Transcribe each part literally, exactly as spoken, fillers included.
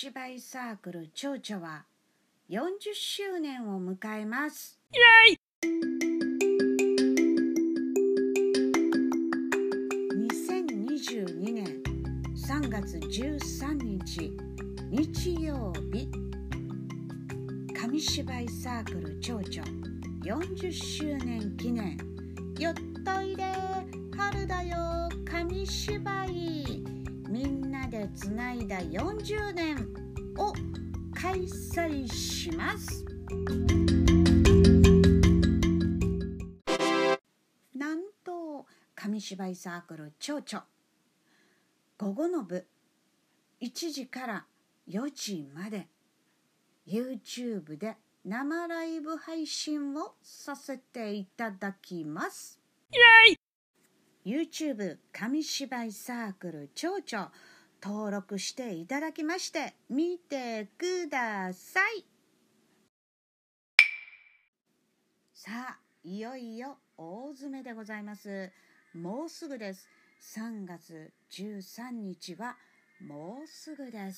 芝居サークル蝶々はよんじゅっしゅうねんを迎えます。 イエイ。 にせんにじゅうにねんさんがつじゅうさんにち日曜日、紙芝居サークル蝶々よんじゅっしゅうねん記念、よっといで春だよ紙芝居みんなでつないだよんじゅうねんを開催します。なんと紙芝居サークル蝶々、午後の部いちじからよじまで YouTube で生ライブ配信をさせていただきます。 イエイ。 YouTube 紙芝居サークル蝶々登録していただきまして見てください。さあ、いよいよ大詰めでございます。もうすぐです。さんがつじゅうさんにちはもうすぐです。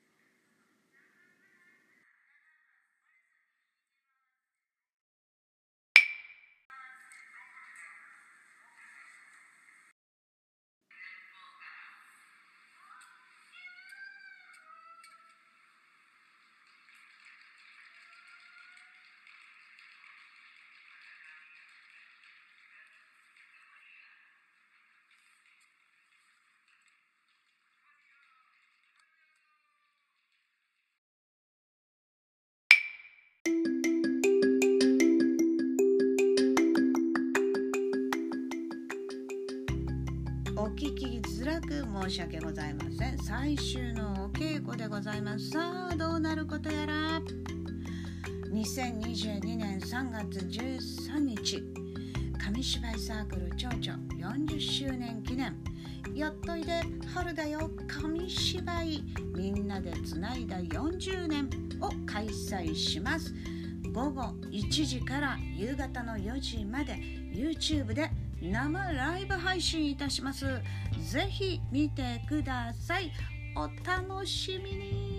お聞きづらく申し訳ございません。最終のお稽古でございます。さあ、どうなることやら。にせんにじゅうにねんさんがつじゅうさんにち、紙芝居サークル蝶々よんじゅっしゅうねん記念、やっといで春だよ紙芝居みんなでつないだよんじゅうねんを開催します。午後いちじから夕方のよじまで YouTube で生ライブ配信いたします。ぜひ見てください。お楽しみに。